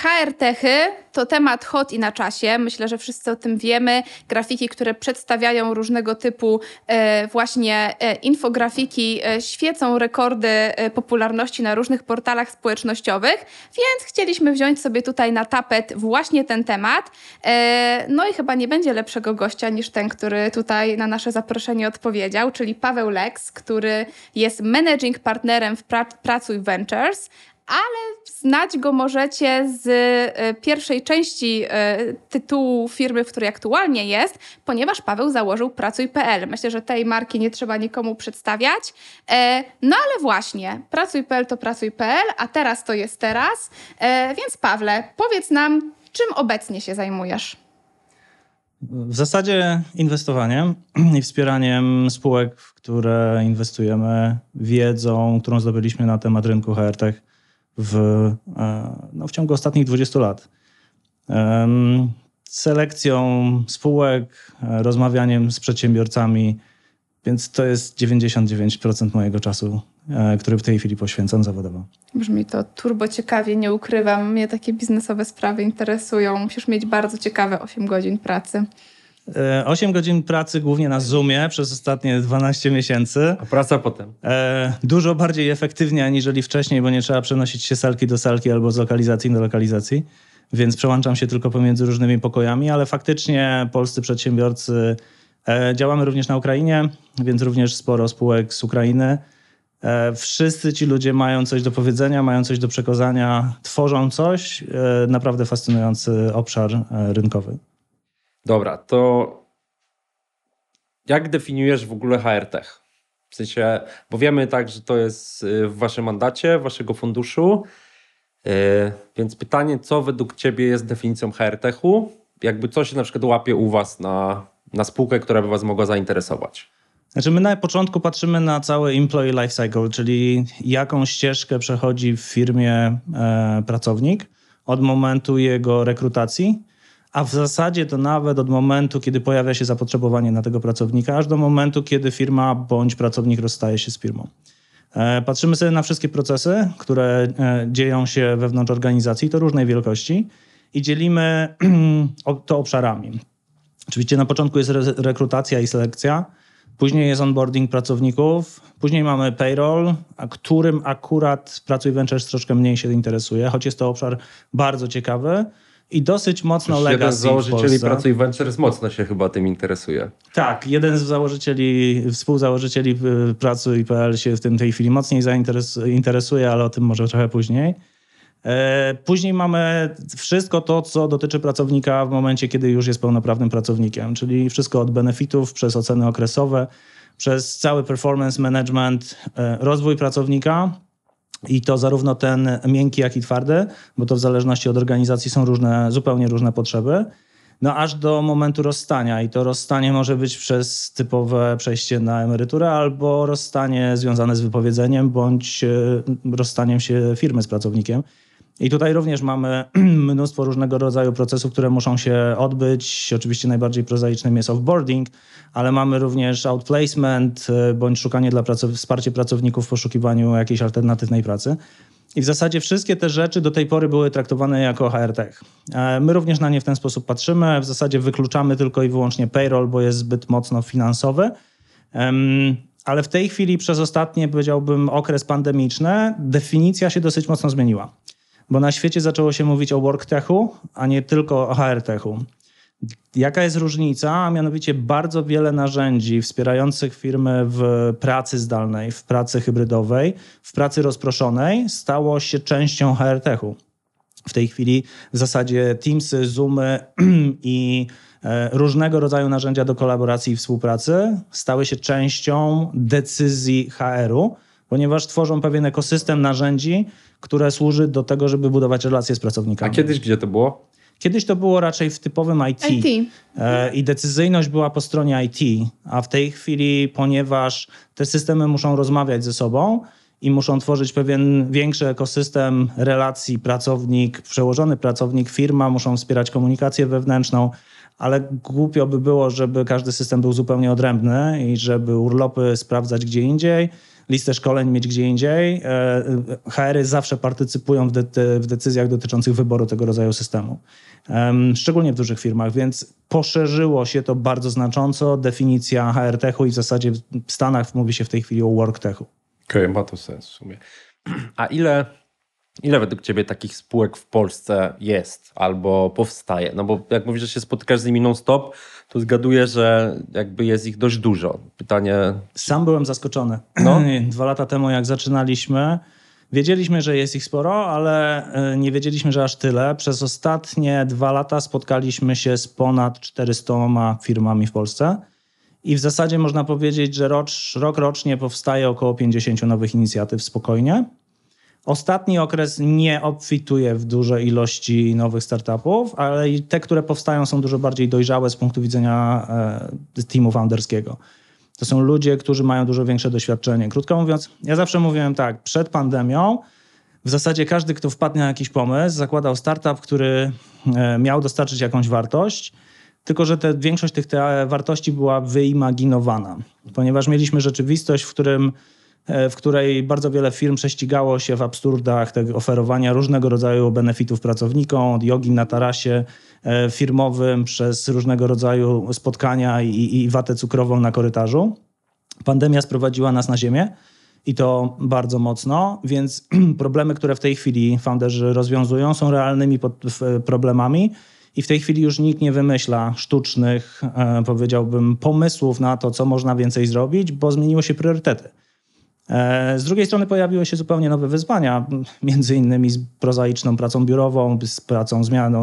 HR-techy to temat hot i na czasie. Myślę, że wszyscy o tym wiemy. Grafiki, które przedstawiają różnego typu właśnie infografiki, świecą rekordy popularności na różnych portalach społecznościowych, więc chcieliśmy wziąć sobie tutaj na tapet właśnie ten temat. No i chyba nie będzie lepszego gościa niż ten, który tutaj na nasze zaproszenie odpowiedział, czyli Paweł Leks, który jest managing partnerem w Pracuj Ventures, ale znać go możecie z pierwszej części tytułu firmy, w której aktualnie jest, ponieważ Paweł założył Pracuj.pl. Myślę, że tej marki nie trzeba nikomu przedstawiać. No ale właśnie, Pracuj.pl to Pracuj.pl, a teraz to jest teraz. Więc Pawle, powiedz nam, czym obecnie się zajmujesz? W zasadzie inwestowaniem i wspieraniem spółek, w które inwestujemy, wiedzą, którą zdobyliśmy na temat rynku HR-tech w ciągu ostatnich 20 lat. Selekcją spółek, rozmawianiem z przedsiębiorcami, więc to jest 99% mojego czasu, który w tej chwili poświęcam zawodowo. Brzmi to turbo ciekawie, nie ukrywam. Mnie takie biznesowe sprawy interesują. Musisz mieć bardzo ciekawe 8 godzin pracy. 8 godzin pracy głównie na Zoomie przez ostatnie 12 miesięcy. A praca potem? Dużo bardziej efektywnie aniżeli wcześniej, bo nie trzeba przenosić się z salki do salki albo z lokalizacji do lokalizacji, więc przełączam się tylko pomiędzy różnymi pokojami, ale faktycznie polscy przedsiębiorcy, działamy również na Ukrainie, więc również sporo spółek z Ukrainy. Wszyscy ci ludzie mają coś do powiedzenia, mają coś do przekazania, tworzą coś, naprawdę fascynujący obszar rynkowy. Dobra, to jak definiujesz w ogóle HR-tech? W sensie, bo wiemy tak, że to jest w waszym mandacie, waszego funduszu, więc pytanie, co według ciebie jest definicją HR-techu? Jakby co się na przykład łapie u was na spółkę, która by was mogła zainteresować? Znaczy my na początku patrzymy na cały employee life cycle, czyli jaką ścieżkę przechodzi w firmie pracownik od momentu jego rekrutacji, a w zasadzie to nawet od momentu, kiedy pojawia się zapotrzebowanie na tego pracownika, aż do momentu, kiedy firma bądź pracownik rozstaje się z firmą. Patrzymy sobie na wszystkie procesy, które dzieją się wewnątrz organizacji, to różnej wielkości i dzielimy to obszarami. Oczywiście na początku jest rekrutacja i selekcja, później jest onboarding pracowników, później mamy payroll, którym akurat Pracuj Ventures troszkę mniej się interesuje, choć jest to obszar bardzo ciekawy i dosyć mocno legacy jeden z założycieli w Polsce. Pracuj Ventures mocno się chyba tym interesuje. Tak, jeden z współzałożycieli Pracuj.pl się w tej chwili mocniej interesuje, ale o tym może trochę później. Później mamy wszystko to, co dotyczy pracownika w momencie, kiedy już jest pełnoprawnym pracownikiem, czyli wszystko od benefitów, przez oceny okresowe, przez cały performance management, rozwój pracownika i to zarówno ten miękki, jak i twardy, bo to w zależności od organizacji są zupełnie różne potrzeby, no aż do momentu rozstania i to rozstanie może być przez typowe przejście na emeryturę albo rozstanie związane z wypowiedzeniem bądź rozstaniem się firmy z pracownikiem. I tutaj również mamy mnóstwo różnego rodzaju procesów, które muszą się odbyć. Oczywiście najbardziej prozaicznym jest offboarding, ale mamy również outplacement bądź szukanie wsparcie pracowników w poszukiwaniu jakiejś alternatywnej pracy. I w zasadzie wszystkie te rzeczy do tej pory były traktowane jako HR-tech. My również na nie w ten sposób patrzymy. W zasadzie wykluczamy tylko i wyłącznie payroll, bo jest zbyt mocno finansowy. Ale w tej chwili przez ostatnie, powiedziałbym, okres pandemiczny definicja się dosyć mocno zmieniła. Bo na świecie zaczęło się mówić o work-techu, a nie tylko o HR-techu. Jaka jest różnica? A mianowicie bardzo wiele narzędzi wspierających firmy w pracy zdalnej, w pracy hybrydowej, w pracy rozproszonej stało się częścią HR-techu. W tej chwili w zasadzie Teamsy, Zoomy i różnego rodzaju narzędzia do kolaboracji i współpracy stały się częścią decyzji HR-u, ponieważ tworzą pewien ekosystem narzędzi, które służy do tego, żeby budować relacje z pracownikami. A kiedyś gdzie to było? Kiedyś to było raczej w typowym IT. I decyzyjność była po stronie IT, a w tej chwili, ponieważ te systemy muszą rozmawiać ze sobą i muszą tworzyć pewien większy ekosystem relacji pracownik, przełożony pracownik, firma, muszą wspierać komunikację wewnętrzną, ale głupio by było, żeby każdy system był zupełnie odrębny i żeby urlopy sprawdzać gdzie indziej, listę szkoleń mieć gdzie indziej. HR-y zawsze partycypują w decyzjach dotyczących wyboru tego rodzaju systemu. Szczególnie w dużych firmach, więc poszerzyło się to bardzo znacząco. Definicja HR-techu i w zasadzie w Stanach mówi się w tej chwili o work-techu. Okej, ma to sens w sumie. A ile według ciebie takich spółek w Polsce jest albo powstaje? No bo jak mówisz, że się spotykasz z nimi non-stop, to zgaduję, że jakby jest ich dość dużo. Pytanie... Sam byłem zaskoczony. 2 lata temu, jak zaczynaliśmy, wiedzieliśmy, że jest ich sporo, ale nie wiedzieliśmy, że aż tyle. Przez ostatnie 2 lata spotkaliśmy się z ponad 400 firmami w Polsce i w zasadzie można powiedzieć, że rok rocznie powstaje około 50 nowych inicjatyw spokojnie. Ostatni okres nie obfituje w duże ilości nowych startupów, ale i te, które powstają, są dużo bardziej dojrzałe z punktu widzenia teamu founderskiego. To są ludzie, którzy mają dużo większe doświadczenie. Krótko mówiąc, ja zawsze mówiłem tak, przed pandemią w zasadzie każdy, kto wpadł na jakiś pomysł, zakładał startup, który miał dostarczyć jakąś wartość, tylko że większość tych wartości była wyimaginowana, ponieważ mieliśmy rzeczywistość, w której bardzo wiele firm prześcigało się w absurdach tego oferowania różnego rodzaju benefitów pracownikom, od jogi na tarasie firmowym, przez różnego rodzaju spotkania i watę cukrową na korytarzu. Pandemia sprowadziła nas na ziemię i to bardzo mocno, więc problemy, które w tej chwili founderzy rozwiązują, są realnymi problemami i w tej chwili już nikt nie wymyśla sztucznych, powiedziałbym, pomysłów na to, co można więcej zrobić, bo zmieniły się priorytety. Z drugiej strony pojawiły się zupełnie nowe wyzwania, między innymi z prozaiczną pracą biurową, z pracą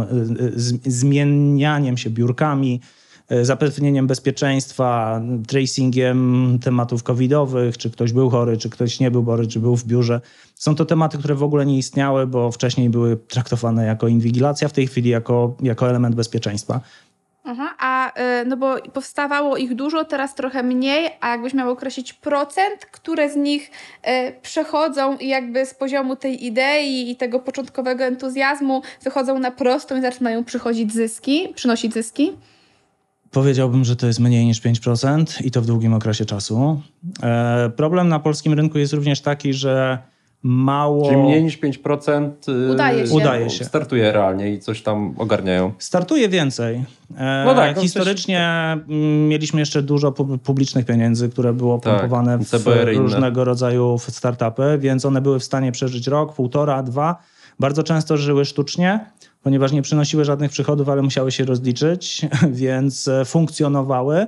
zmienianiem się biurkami, zapewnieniem bezpieczeństwa, tracingiem tematów covidowych, czy ktoś był chory, czy ktoś nie był chory, czy był w biurze. Są to tematy, które w ogóle nie istniały, bo wcześniej były traktowane jako inwigilacja, w tej chwili jako element bezpieczeństwa. Aha, no bo powstawało ich dużo, teraz trochę mniej, a jakbyś miał określić procent, które z nich przechodzą i jakby z poziomu tej idei i tego początkowego entuzjazmu wychodzą na prostą i zaczynają przynosić zyski? Powiedziałbym, że to jest mniej niż 5% i to w długim okresie czasu. Problem na polskim rynku jest również taki, że mało... Czyli mniej niż 5% Udaje się. Startuje realnie i coś tam ogarniają. Startuje więcej. No tak, historycznie mieliśmy jeszcze dużo publicznych pieniędzy, które było pompowane w różnego rodzaju startupy, więc one były w stanie przeżyć rok, 1,5, 2. Bardzo często żyły sztucznie, ponieważ nie przynosiły żadnych przychodów, ale musiały się rozliczyć, więc funkcjonowały.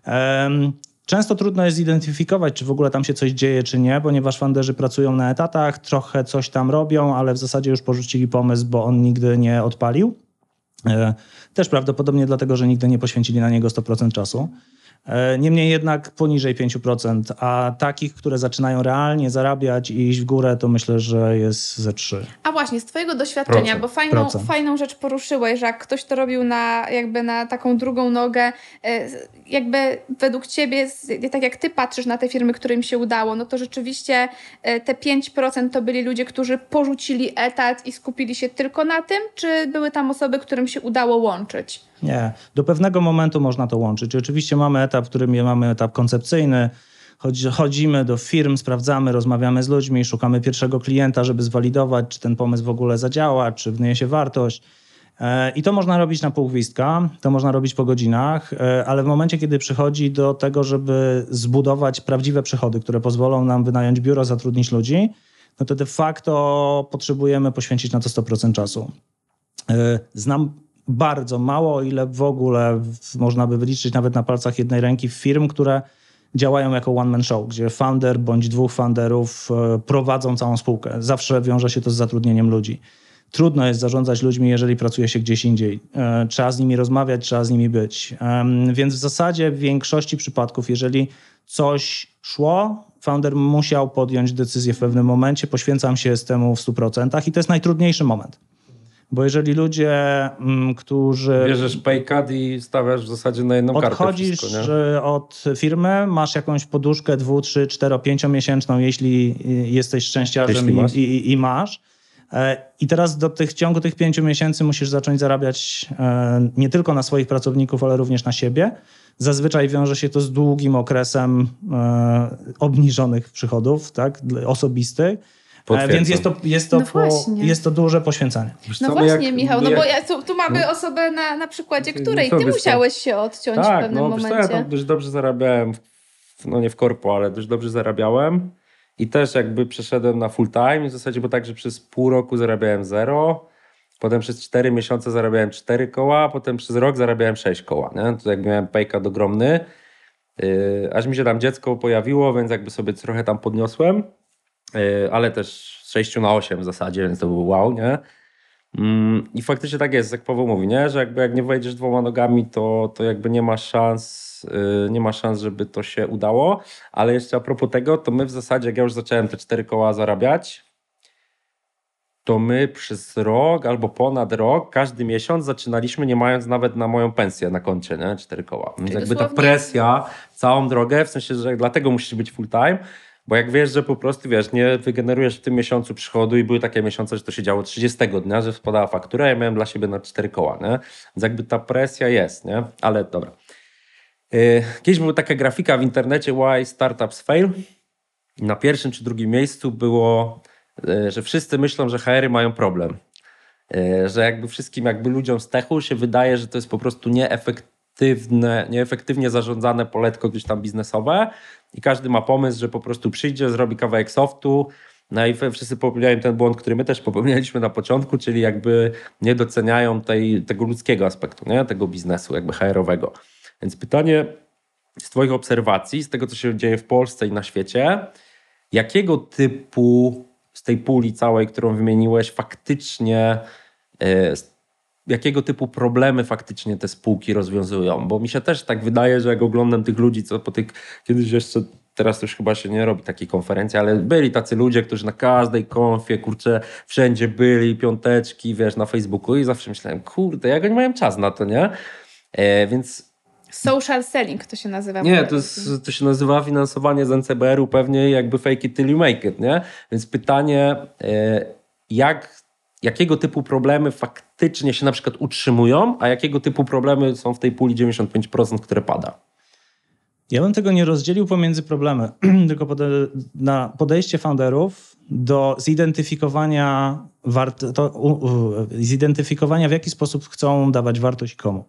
Często trudno jest zidentyfikować, czy w ogóle tam się coś dzieje, czy nie, ponieważ founderzy pracują na etatach, trochę coś tam robią, ale w zasadzie już porzucili pomysł, bo on nigdy nie odpalił. Też prawdopodobnie dlatego, że nigdy nie poświęcili na niego 100% czasu. Niemniej jednak poniżej 5%, a takich, które zaczynają realnie zarabiać i iść w górę, to myślę, że jest ze 3. A właśnie, z twojego doświadczenia, bo fajną rzecz poruszyłeś, że jak ktoś to robił na taką drugą nogę, jakby według ciebie, tak jak ty patrzysz na te firmy, którym się udało, no to rzeczywiście te 5% to byli ludzie, którzy porzucili etat i skupili się tylko na tym, czy były tam osoby, którym się udało łączyć? Nie, do pewnego momentu można to łączyć. Oczywiście mamy etap, w którym mamy etap koncepcyjny. Chodzimy do firm, sprawdzamy, rozmawiamy z ludźmi, szukamy pierwszego klienta, żeby zwalidować, czy ten pomysł w ogóle zadziała, czy wniesie wartość. I to można robić na pół gwizdka, to można robić po godzinach, ale w momencie, kiedy przychodzi do tego, żeby zbudować prawdziwe przychody, które pozwolą nam wynająć biuro, zatrudnić ludzi, no to de facto potrzebujemy poświęcić na to 100% czasu. Znam bardzo mało, o ile w ogóle można by wyliczyć nawet na palcach jednej ręki firm, które działają jako one-man show, gdzie founder bądź 2 founderów prowadzą całą spółkę. Zawsze wiąże się to z zatrudnieniem ludzi. Trudno jest zarządzać ludźmi, jeżeli pracuje się gdzieś indziej. Trzeba z nimi rozmawiać, trzeba z nimi być. Więc w zasadzie w większości przypadków, jeżeli coś szło, founder musiał podjąć decyzję w pewnym momencie, poświęcam się z temu w 100% i to jest najtrudniejszy moment. Bo jeżeli ludzie, którzy... Bierzesz pay cut i stawiasz w zasadzie na jedną kartę odchodzisz wszystko, od firmy, masz jakąś poduszkę 2, 3, 4, 5 miesięczną, jeśli jesteś szczęściarzem i masz. I teraz w ciągu tych 5 miesięcy musisz zacząć zarabiać nie tylko na swoich pracowników, ale również na siebie. Zazwyczaj wiąże się to z długim okresem obniżonych przychodów, tak, osobistych. Więc jest to duże poświęcanie. No właśnie, Michał, no bo tu mamy osobę na przykładzie, której ty musiałeś się odciąć w pewnym momencie. Ja tam dość dobrze zarabiałem, nie w korpo, ale dość dobrze zarabiałem i też jakby przeszedłem na full time w zasadzie, bo tak, że przez pół roku zarabiałem 0, potem przez 4 miesiące zarabiałem 4 koła, potem przez rok zarabiałem 6 koła, nie? To jakby miałem paycut ogromny, aż mi się tam dziecko pojawiło, więc jakby sobie trochę tam podniosłem. Ale też z 6 na 8 w zasadzie, więc to było wow, nie? I faktycznie tak jest, jak Paweł mówi, nie? Że jakby jak nie wejdziesz 2 nogami, to jakby nie ma szans, żeby to się udało. Ale jeszcze a propos tego, to my w zasadzie, jak ja już zacząłem te 4 koła zarabiać, to my przez rok albo ponad rok, każdy miesiąc zaczynaliśmy nie mając nawet na moją pensję na koncie, nie? 4 koła. Więc czyli jakby ta presja całą drogę, w sensie, że dlatego musisz być full time, bo jak wiesz, że po prostu, nie wygenerujesz w tym miesiącu przychodu i były takie miesiące, że to się działo 30 dnia, że spadała faktura, ja miałem dla siebie na 4 koła, nie? Więc jakby ta presja jest, nie? Ale dobra. Kiedyś była taka grafika w internecie Why Startups Fail i na pierwszym czy drugim miejscu było, że wszyscy myślą, że HR-y mają problem. Że jakby wszystkim ludziom z techu się wydaje, że to jest po prostu nieefektywnie zarządzane poletko gdzieś tam biznesowe i każdy ma pomysł, że po prostu przyjdzie, zrobi kawałek softu, no i wszyscy popełniają ten błąd, który my też popełnialiśmy na początku, czyli jakby nie doceniają tego ludzkiego aspektu, nie? Tego biznesu jakby HR-owego. Więc pytanie z twoich obserwacji, z tego co się dzieje w Polsce i na świecie, jakiego typu z tej puli całej, którą wymieniłeś, faktycznie jakiego typu problemy faktycznie te spółki rozwiązują? Bo mi się też tak wydaje, że jak oglądam tych ludzi, co po tych kiedyś jeszcze, teraz już chyba się nie robi takiej konferencji, ale byli tacy ludzie, którzy na każdej konfie, wszędzie byli, piąteczki, na Facebooku i zawsze myślałem, kurde, jak oni mają czas na to, nie? Więc social selling to się nazywa. Nie, to się nazywa finansowanie z NCBR-u pewnie jakby fake it till you make it, nie? Więc pytanie, jakiego typu problemy faktycznie się na przykład utrzymują, a jakiego typu problemy są w tej puli 95%, które pada? Ja bym tego nie rozdzielił pomiędzy problemy, tylko na podejście founderów do zidentyfikowania, w jaki sposób chcą dawać wartość komu.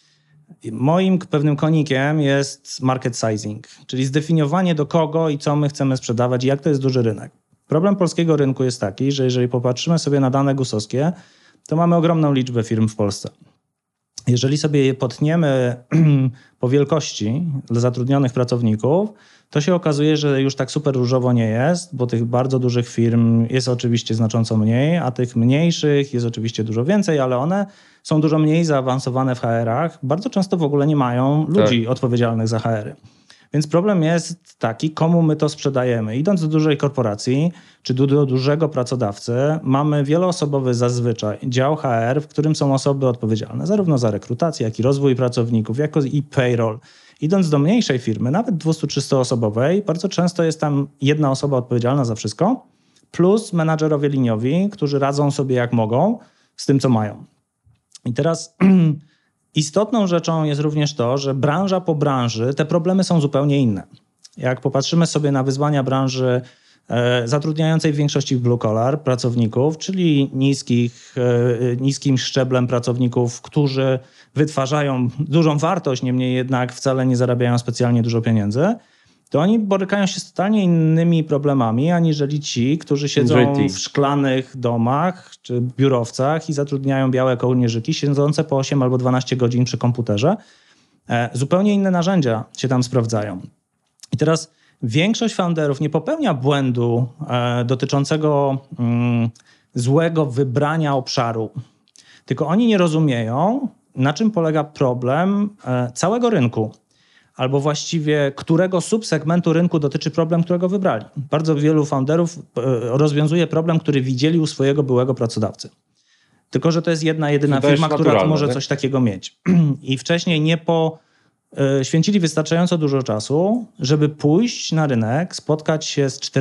Moim pewnym konikiem jest market sizing, czyli zdefiniowanie do kogo i co my chcemy sprzedawać i jak to jest duży rynek. Problem polskiego rynku jest taki, że jeżeli popatrzymy sobie na dane GUS-owskie, to mamy ogromną liczbę firm w Polsce. Jeżeli sobie je potniemy po wielkości dla zatrudnionych pracowników, to się okazuje, że już tak super różowo nie jest, bo tych bardzo dużych firm jest oczywiście znacząco mniej, a tych mniejszych jest oczywiście dużo więcej, ale one są dużo mniej zaawansowane w HR-ach. Bardzo często w ogóle nie mają ludzi odpowiedzialnych za HR-y. Więc problem jest taki, komu my to sprzedajemy. Idąc do dużej korporacji czy do dużego pracodawcy, mamy wieloosobowy zazwyczaj dział HR, w którym są osoby odpowiedzialne zarówno za rekrutację, jak i rozwój pracowników, jako i payroll. Idąc do mniejszej firmy, nawet 200-300 osobowej, bardzo często jest tam jedna osoba odpowiedzialna za wszystko, plus menadżerowie liniowi, którzy radzą sobie jak mogą z tym, co mają. I teraz istotną rzeczą jest również to, że branża po branży te problemy są zupełnie inne. Jak popatrzymy sobie na wyzwania branży zatrudniającej w większości blue collar pracowników, czyli niskim szczeblem pracowników, którzy wytwarzają dużą wartość, niemniej jednak wcale nie zarabiają specjalnie dużo pieniędzy, to oni borykają się z totalnie innymi problemami, aniżeli ci, którzy siedzą w szklanych domach czy biurowcach i zatrudniają białe kołnierzyki siedzące po 8 albo 12 godzin przy komputerze. Zupełnie inne narzędzia się tam sprawdzają. I teraz większość founderów nie popełnia błędu dotyczącego złego wybrania obszaru, tylko oni nie rozumieją, na czym polega problem całego rynku. Albo właściwie którego subsegmentu rynku dotyczy problem, którego wybrali. Bardzo wielu founderów rozwiązuje problem, który widzieli u swojego byłego pracodawcy. Tylko że to jest jedna, jedyna firma, która może coś takiego mieć. I wcześniej święcili wystarczająco dużo czasu, żeby pójść na rynek, spotkać się z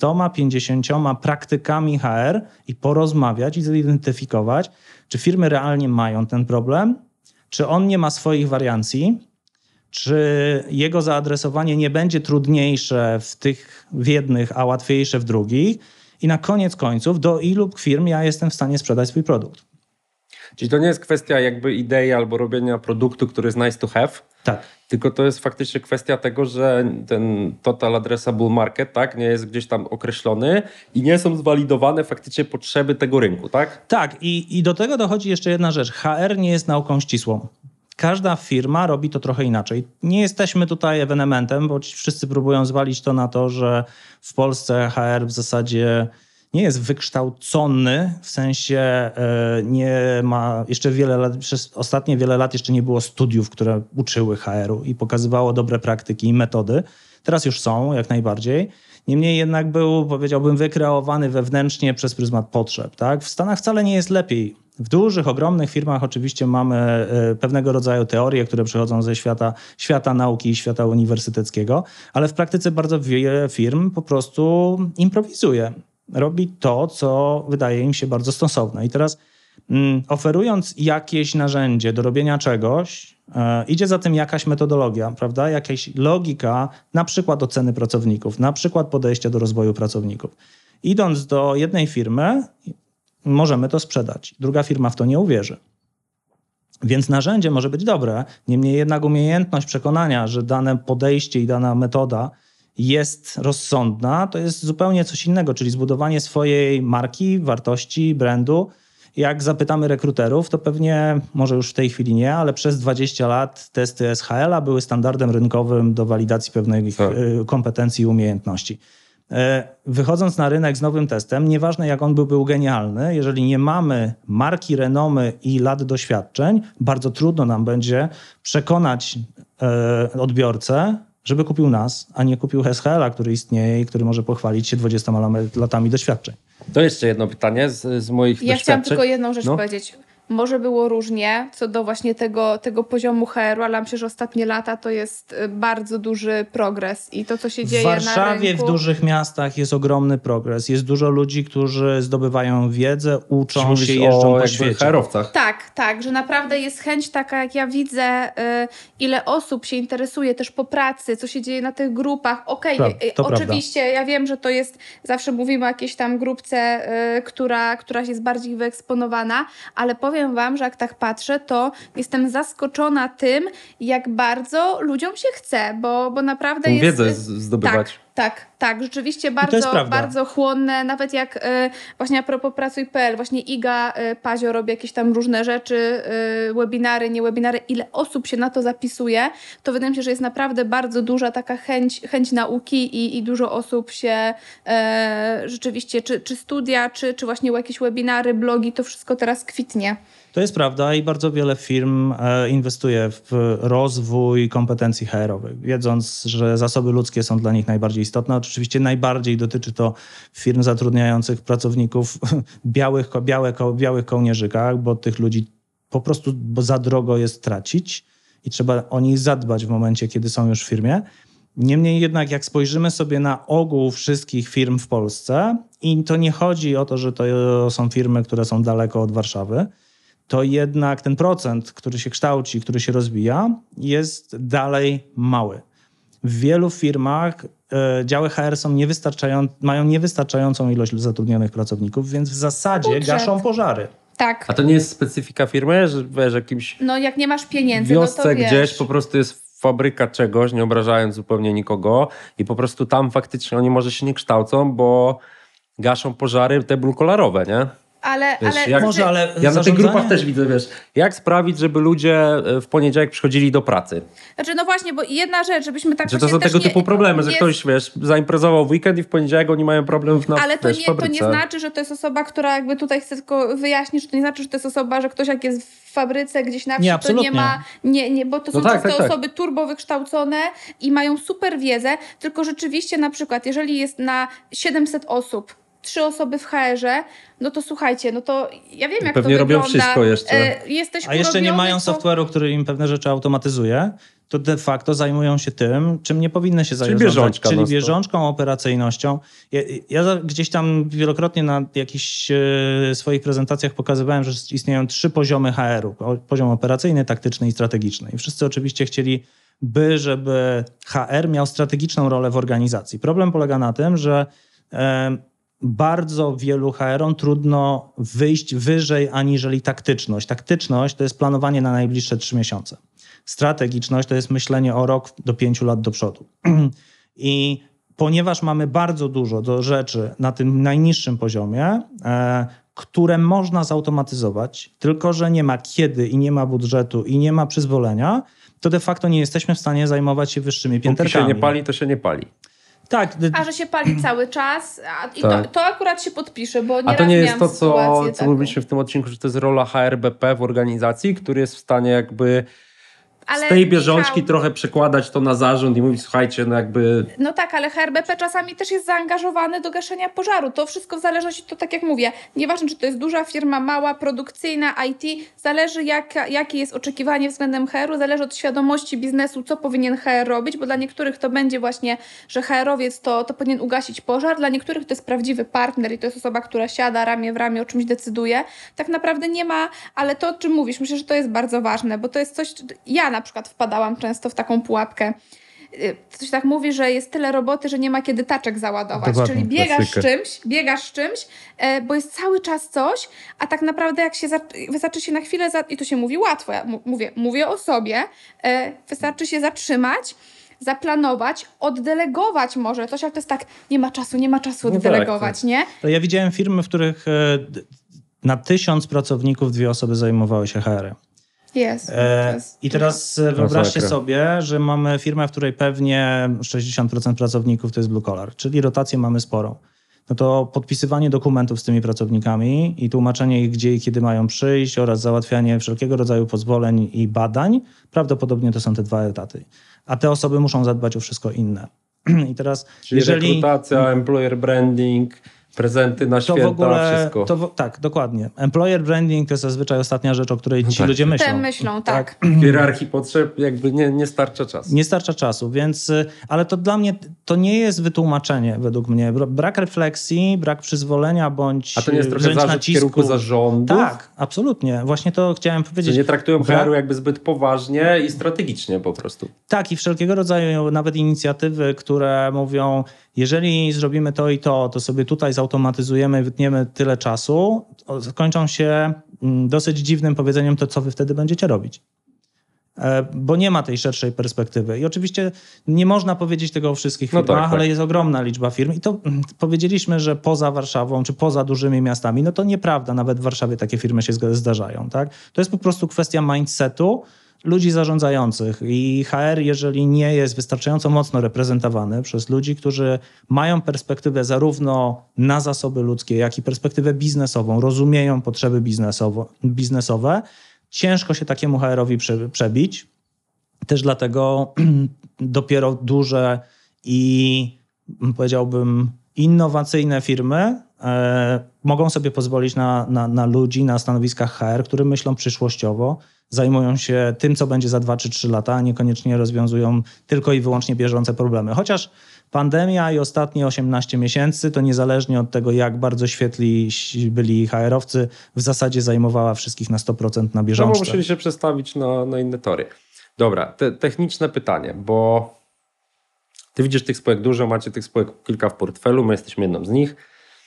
40-50 praktykami HR i porozmawiać i zidentyfikować, czy firmy realnie mają ten problem, czy on nie ma swoich wariancji, czy jego zaadresowanie nie będzie trudniejsze w jednych, a łatwiejsze w drugich i na koniec końców do ilu firm ja jestem w stanie sprzedać swój produkt. Czyli to nie jest kwestia jakby idei albo robienia produktu, który jest nice to have, Tak. tylko to jest faktycznie kwestia tego, że ten total addressable market, tak, nie jest gdzieś tam określony i nie są zwalidowane faktycznie potrzeby tego rynku, tak? Tak, i do tego dochodzi jeszcze jedna rzecz. HR nie jest nauką ścisłą. Każda firma robi to trochę inaczej. Nie jesteśmy tutaj ewenementem, bo wszyscy próbują zwalić to na to, że w Polsce HR w zasadzie nie jest wykształcony, w sensie nie ma jeszcze wiele lat, przez ostatnie wiele lat jeszcze nie było studiów, które uczyły HR-u i pokazywało dobre praktyki i metody. Teraz już są, jak najbardziej. Niemniej jednak był, powiedziałbym, wykreowany wewnętrznie przez pryzmat potrzeb. Tak? W Stanach wcale nie jest lepiej. W dużych, ogromnych firmach oczywiście mamy pewnego rodzaju teorie, które przychodzą ze świata nauki i świata uniwersyteckiego, ale w praktyce bardzo wiele firm po prostu improwizuje. Robi to, co wydaje im się bardzo stosowne. I teraz oferując jakieś narzędzie do robienia czegoś, idzie za tym jakaś metodologia, prawda? Jakaś logika, na przykład oceny pracowników, na przykład podejścia do rozwoju pracowników. Idąc do jednej firmy, możemy to sprzedać. Druga firma w to nie uwierzy. Więc narzędzie może być dobre, niemniej jednak umiejętność przekonania, że dane podejście i dana metoda jest rozsądna, to jest zupełnie coś innego, czyli zbudowanie swojej marki, wartości, brandu. Jak zapytamy rekruterów, to pewnie, może już w tej chwili nie, ale przez 20 lat testy SHL-a były standardem rynkowym do walidacji pewnych kompetencji i umiejętności. Wychodząc na rynek z nowym testem, nieważne jak on był genialny, jeżeli nie mamy marki, renomy i lat doświadczeń, bardzo trudno nam będzie przekonać odbiorcę, żeby kupił nas, a nie kupił SHL-a, który istnieje i który może pochwalić się 20 latami doświadczeń. To jeszcze jedno pytanie z moich doświadczeń. Ja chciałam tylko jedną rzecz powiedzieć. Może było różnie co do właśnie tego poziomu HR-u, ale myślę, że ostatnie lata to jest bardzo duży progres i to, co się dzieje na rynku. W Warszawie, w dużych miastach jest ogromny progres. Jest dużo ludzi, którzy zdobywają wiedzę, uczą się, jeżdżą po świecie. HR-owcach. Tak, że naprawdę jest chęć taka, jak ja widzę, ile osób się interesuje też po pracy, co się dzieje na tych grupach. Okej, oczywiście, ja wiem, że to jest, zawsze mówimy o jakiejś tam grupce, która jest bardziej wyeksponowana, ale powiem wam, że jak tak patrzę, to jestem zaskoczona tym, jak bardzo ludziom się chce, bo naprawdę jest... Wiedzę zdobywać. Tak, rzeczywiście bardzo chłonne, nawet jak właśnie a propos Pracuj.pl, właśnie Iga Pazio robi jakieś tam różne rzeczy, webinary, nie webinary, ile osób się na to zapisuje, to wydaje mi się, że jest naprawdę bardzo duża taka chęć nauki i dużo osób się rzeczywiście, czy studia, czy właśnie jakieś webinary, blogi, to wszystko teraz kwitnie. To jest prawda i bardzo wiele firm inwestuje w rozwój kompetencji HR-owych, wiedząc, że zasoby ludzkie są dla nich najbardziej istotne. Oczywiście najbardziej dotyczy to firm zatrudniających pracowników w białych kołnierzykach, bo tych ludzi po prostu za drogo jest tracić i trzeba o nich zadbać w momencie, kiedy są już w firmie. Niemniej jednak, jak spojrzymy sobie na ogół wszystkich firm w Polsce, i to nie chodzi o to, że to są firmy, które są daleko od Warszawy, to jednak ten procent, który się kształci, który się rozwija, jest dalej mały. W wielu firmach działy HR mają niewystarczającą ilość zatrudnionych pracowników, więc w zasadzie gaszą pożary. Tak. A to nie jest specyfika firmy, że wiesz, jakimś no jak nie masz pieniędzy, wiosce no to wiesz. gdzieś po prostu jest fabryka czegoś, nie obrażając zupełnie nikogo i po prostu tam faktycznie oni może się nie kształcą, bo gaszą pożary te blukolarowe, nie? Ale ja na tych grupach też widzę, wiesz, jak sprawić, żeby ludzie w poniedziałek przychodzili do pracy. Znaczy, no właśnie, bo jedna rzecz, żebyśmy tak... Że to są tego typu problemy, że ktoś, wiesz, zaimprezował w weekend i w poniedziałek oni mają problem w Ale to nie znaczy, że to jest osoba, która jakby tutaj chce tylko wyjaśnić, że to nie znaczy, że to jest osoba, że ktoś jak jest w fabryce gdzieś na wsi, to nie ma... Nie, bo to są często osoby turbo wykształcone i mają super wiedzę, tylko rzeczywiście na przykład, jeżeli jest na 700 osób 3 osoby w HR-ze, no to słuchajcie, no to ja wiem, jak pewnie to wygląda. robią wszystko jeszcze. A jeszcze nie mają software'u, który im pewne rzeczy automatyzuje. to de facto zajmują się tym, czym nie powinny się zająć, czyli bieżączką, operacyjnością. Ja gdzieś tam wielokrotnie na jakichś swoich prezentacjach pokazywałem, że istnieją 3 poziomy HR-u. Poziom operacyjny, taktyczny i strategiczny. I wszyscy oczywiście chcieliby, żeby HR miał strategiczną rolę w organizacji. Problem polega na tym, że bardzo wielu HR-om trudno wyjść wyżej aniżeli taktyczność. Taktyczność to jest planowanie na najbliższe 3 miesiące. Strategiczność to jest myślenie o rok do 5 lat do przodu. I ponieważ mamy bardzo dużo do rzeczy na tym najniższym poziomie, które można zautomatyzować, tylko że nie ma kiedy i nie ma budżetu i nie ma przyzwolenia, to de facto nie jesteśmy w stanie zajmować się wyższymi pięterkami. Póki się nie pali, to się nie pali. Tak. A że się pali cały czas i tak. to akurat się podpisze, bo nieraz A to nie jest to, co taką. mówiliśmy w tym odcinku, że to jest rola HRBP w organizacji, który jest w stanie jakby z tej bieżączki trochę przekładać to na zarząd i mówić, słuchajcie, no jakby... No tak, ale HRBP czasami też jest zaangażowany do gaszenia pożaru. To wszystko w zależności, to tak jak mówię, nieważne, czy to jest duża firma, mała, produkcyjna, IT, zależy jakie jest oczekiwanie względem HR-u, zależy od świadomości biznesu, co powinien HR robić, bo dla niektórych to będzie właśnie, że HR-owiec to powinien ugasić pożar, dla niektórych to jest prawdziwy partner i to jest osoba, która siada ramię w ramię, o czymś decyduje. Tak naprawdę nie ma, ale to, o czym mówisz, myślę, że to jest bardzo ważne, bo to jest coś, ja na przykład wpadałam często w taką pułapkę. Ktoś tak mówi, że jest tyle roboty, że nie ma kiedy taczek załadować. Dokładnie, czyli biegasz z czymś, bo jest cały czas coś, a tak naprawdę jak się wystarczy się na chwilę, i to się mówi łatwo, ja mówię o sobie, wystarczy się zatrzymać, zaplanować, oddelegować może coś, ale to jest tak, nie ma czasu oddelegować, nie? To ja widziałem firmy, w których na 1000 pracowników 2 osoby zajmowały się HR-em. I teraz wyobraźcie sobie, że mamy firmę, w której pewnie 60% pracowników to jest blue collar, czyli rotację mamy sporą. No to podpisywanie dokumentów z tymi pracownikami i tłumaczenie ich, gdzie i kiedy mają przyjść oraz załatwianie wszelkiego rodzaju pozwoleń i badań, prawdopodobnie to są te 2 etaty. A te osoby muszą zadbać o wszystko inne. I teraz, czyli rekrutacja, employer branding, prezenty na święta, wszystko. Tak, dokładnie. Employer branding to jest zazwyczaj ostatnia rzecz, o której ci ludzie myślą. Te myślą, tak. W hierarchii potrzeb jakby nie starcza czasu. Nie starcza czasu, więc... Ale to dla mnie, to nie jest wytłumaczenie według mnie. Brak refleksji, brak przyzwolenia, bądź a to nie jest trochę zarzut w kierunku zarządu? Tak, absolutnie. Właśnie to chciałem powiedzieć. Że nie traktują HR-u jakby zbyt poważnie i strategicznie po prostu. Tak, i wszelkiego rodzaju nawet inicjatywy, które mówią, jeżeli zrobimy to i to sobie tutaj zautomatyzujemy i wytniemy tyle czasu, skończą się dosyć dziwnym powiedzeniem, to co wy wtedy będziecie robić. Bo nie ma tej szerszej perspektywy. I oczywiście nie można powiedzieć tego o wszystkich firmach, ale jest ogromna liczba firm. I to powiedzieliśmy, że poza Warszawą, czy poza dużymi miastami, no to nieprawda. Nawet w Warszawie takie firmy się zdarzają. Tak? To jest po prostu kwestia mindsetu ludzi zarządzających. I HR, jeżeli nie jest wystarczająco mocno reprezentowany przez ludzi, którzy mają perspektywę zarówno na zasoby ludzkie, jak i perspektywę biznesową, rozumieją potrzeby biznesowe, ciężko się takiemu HR-owi przebić. Też dlatego dopiero duże i powiedziałbym innowacyjne firmy mogą sobie pozwolić na ludzi na stanowiskach HR, które myślą przyszłościowo, zajmują się tym, co będzie za 2 czy 3 lata, a niekoniecznie rozwiązują tylko i wyłącznie bieżące problemy. Chociaż pandemia i ostatnie 18 miesięcy, to niezależnie od tego, jak bardzo świetli byli HR-owcy, w zasadzie zajmowała wszystkich na 100% na bieżączce. No bo musieli się przestawić na inne tory. Dobra, techniczne pytanie, bo ty widzisz tych spółek dużo, macie tych spółek kilka w portfelu, my jesteśmy jedną z nich.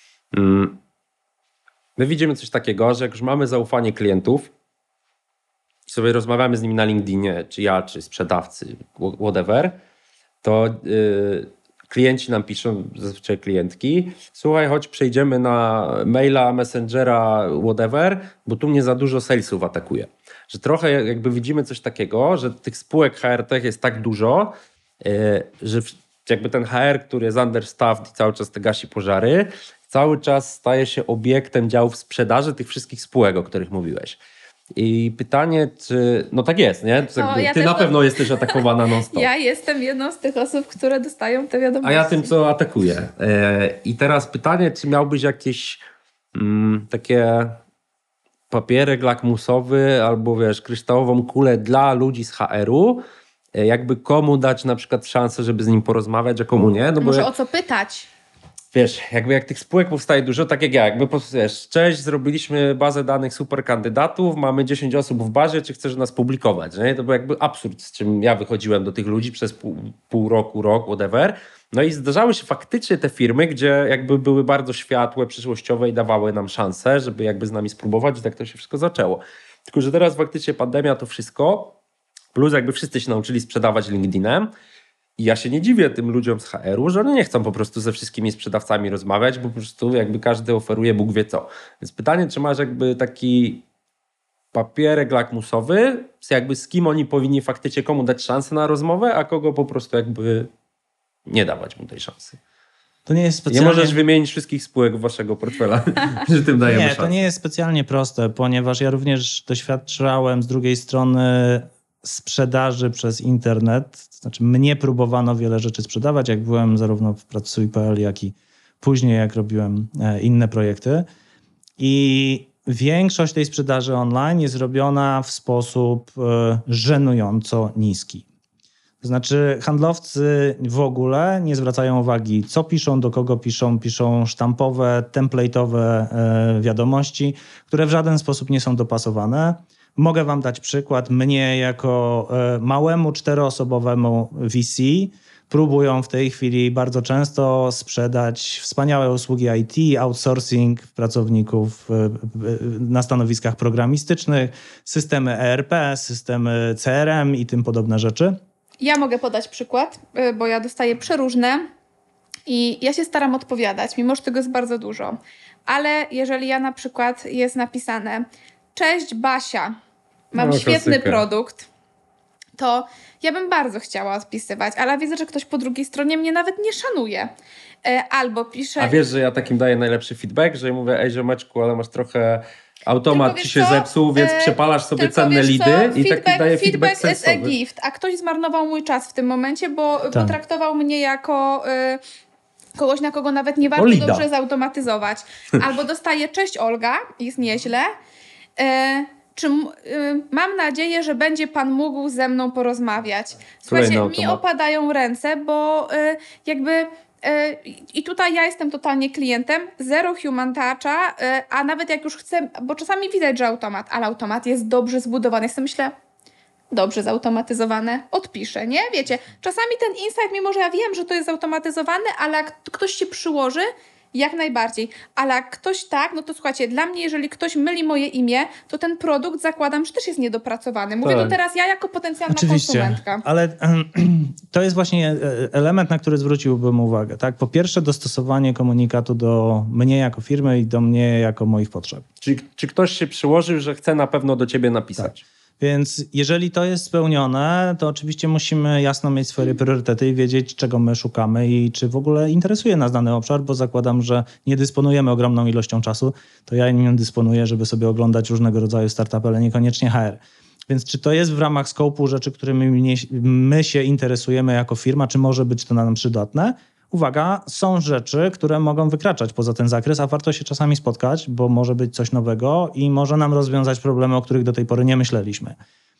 My widzimy coś takiego, że jak już mamy zaufanie klientów, sobie rozmawiamy z nimi na LinkedInie, czy ja, czy sprzedawcy, whatever, to klienci nam piszą, zazwyczaj klientki, słuchaj, chodź przejdziemy na maila, messengera, whatever, bo tu mnie za dużo salesów atakuje. Że trochę jakby widzimy coś takiego, że tych spółek HR-tech jest tak dużo, że jakby ten HR, który jest understaffed i cały czas te gasi pożary, cały czas staje się obiektem działów sprzedaży tych wszystkich spółek, o których mówiłeś. I pytanie, czy... No tak jest, nie? Ty na pewno jesteś atakowana non-stop. Ja jestem jedną z tych osób, które dostają te wiadomości. A ja tym, co atakuję. I teraz pytanie, czy miałbyś jakieś takie papierek lakmusowy albo wiesz, kryształową kulę dla ludzi z HR-u, jakby komu dać na przykład szansę, żeby z nim porozmawiać, a komu nie. No Może bo o co pytać? wiesz, jakby jak tych spółek powstaje dużo, tak jak ja, jakby wiesz, cześć, zrobiliśmy bazę danych super kandydatów, mamy 10 osób w bazie, czy chcesz nas publikować, nie? To był jakby absurd, z czym ja wychodziłem do tych ludzi przez pół roku, rok, whatever. No i zdarzały się faktycznie te firmy, gdzie jakby były bardzo światłe, przyszłościowe i dawały nam szansę, żeby jakby z nami spróbować i tak to się wszystko zaczęło. Tylko że teraz faktycznie pandemia to wszystko, plus jakby wszyscy się nauczyli sprzedawać LinkedInem. I ja się nie dziwię tym ludziom z HR-u, że oni nie chcą po prostu ze wszystkimi sprzedawcami rozmawiać, bo po prostu jakby każdy oferuje Bóg wie co. Więc pytanie, czy masz jakby taki papierek lakmusowy, jakby z kim oni powinni faktycznie komu dać szansę na rozmowę, a kogo po prostu jakby nie dawać mu tej szansy. To nie jest specjalnie... Nie możesz wymienić wszystkich spółek waszego portfela, że tym dajemy szansę. Nie, to nie jest specjalnie proste, ponieważ ja również doświadczałem z drugiej strony sprzedaży przez internet. To znaczy mnie próbowano wiele rzeczy sprzedawać, jak byłem zarówno w Pracuj.pl, jak i później, jak robiłem inne projekty. I większość tej sprzedaży online jest robiona w sposób żenująco niski. To znaczy handlowcy w ogóle nie zwracają uwagi, co piszą, do kogo piszą. Piszą sztampowe, template'owe wiadomości, które w żaden sposób nie są dopasowane. Mogę wam dać przykład. Mnie jako małemu 4-osobowemu VC próbują w tej chwili bardzo często sprzedać wspaniałe usługi IT, outsourcing pracowników na stanowiskach programistycznych, systemy ERP, systemy CRM i tym podobne rzeczy. Ja mogę podać przykład, bo ja dostaję przeróżne i ja się staram odpowiadać, mimo że tego jest bardzo dużo. Ale jeżeli ja na przykład jest napisane: cześć Basia, mam świetny produkt, to ja bym bardzo chciała odpisywać, ale widzę, że ktoś po drugiej stronie mnie nawet nie szanuje. Albo pisze... A wiesz, że ja takim daję najlepszy feedback, że mówię: ej ziomeczku, ale masz trochę... Automat ci się zepsuł, więc przepalasz sobie cenne lidy i taki daje feedback sensowy. Is a gift, a ktoś zmarnował mój czas w tym momencie, bo traktował mnie jako kogoś, na kogo nawet nie warto dobrze zautomatyzować. Albo dostaję: cześć Olga, jest nieźle. Mam nadzieję, że będzie pan mógł ze mną porozmawiać. Słuchajcie, mi opadają ręce, bo jakby... I tutaj ja jestem totalnie klientem, zero human toucha, a nawet jak już chcę, bo czasami widać, że ale automat jest dobrze zbudowany. Ja sobie myślę, dobrze zautomatyzowane, odpiszę, nie? Wiecie, czasami ten insight, mimo że ja wiem, że to jest zautomatyzowane, ale jak ktoś się przyłoży, jak najbardziej. Ale jak ktoś tak, no to słuchajcie, dla mnie, jeżeli ktoś myli moje imię, to ten produkt, zakładam, że też jest niedopracowany. Mówię to teraz ja jako potencjalna konsumentka. Ale to jest właśnie element, na który zwróciłbym uwagę. Tak? Po pierwsze, dostosowanie komunikatu do mnie jako firmy i do mnie jako moich potrzeb. Czy ktoś się przyłożył, że chce na pewno do ciebie napisać? Tak. Więc jeżeli to jest spełnione, to oczywiście musimy jasno mieć swoje priorytety i wiedzieć, czego my szukamy i czy w ogóle interesuje nas dany obszar, bo zakładam, że nie dysponujemy ogromną ilością czasu. To ja nim dysponuję, żeby sobie oglądać różnego rodzaju startupy, ale niekoniecznie HR. Więc czy to jest w ramach scope'u rzeczy, którymi my się interesujemy jako firma, czy może być to nam przydatne? Uwaga, są rzeczy, które mogą wykraczać poza ten zakres, a warto się czasami spotkać, bo może być coś nowego i może nam rozwiązać problemy, o których do tej pory nie myśleliśmy.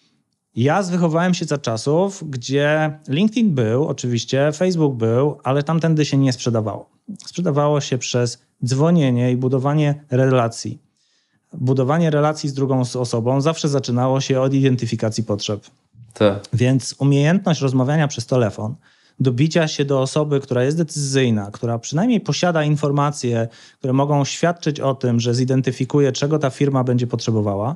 Ja wychowałem się za czasów, gdzie LinkedIn był, oczywiście, Facebook był, ale tamtędy się nie sprzedawało. Sprzedawało się przez dzwonienie i budowanie relacji. Budowanie relacji z drugą osobą zawsze zaczynało się od identyfikacji potrzeb. Więc umiejętność rozmawiania przez telefon, dobicia się do osoby, która jest decyzyjna, która przynajmniej posiada informacje, które mogą świadczyć o tym, że zidentyfikuje, czego ta firma będzie potrzebowała.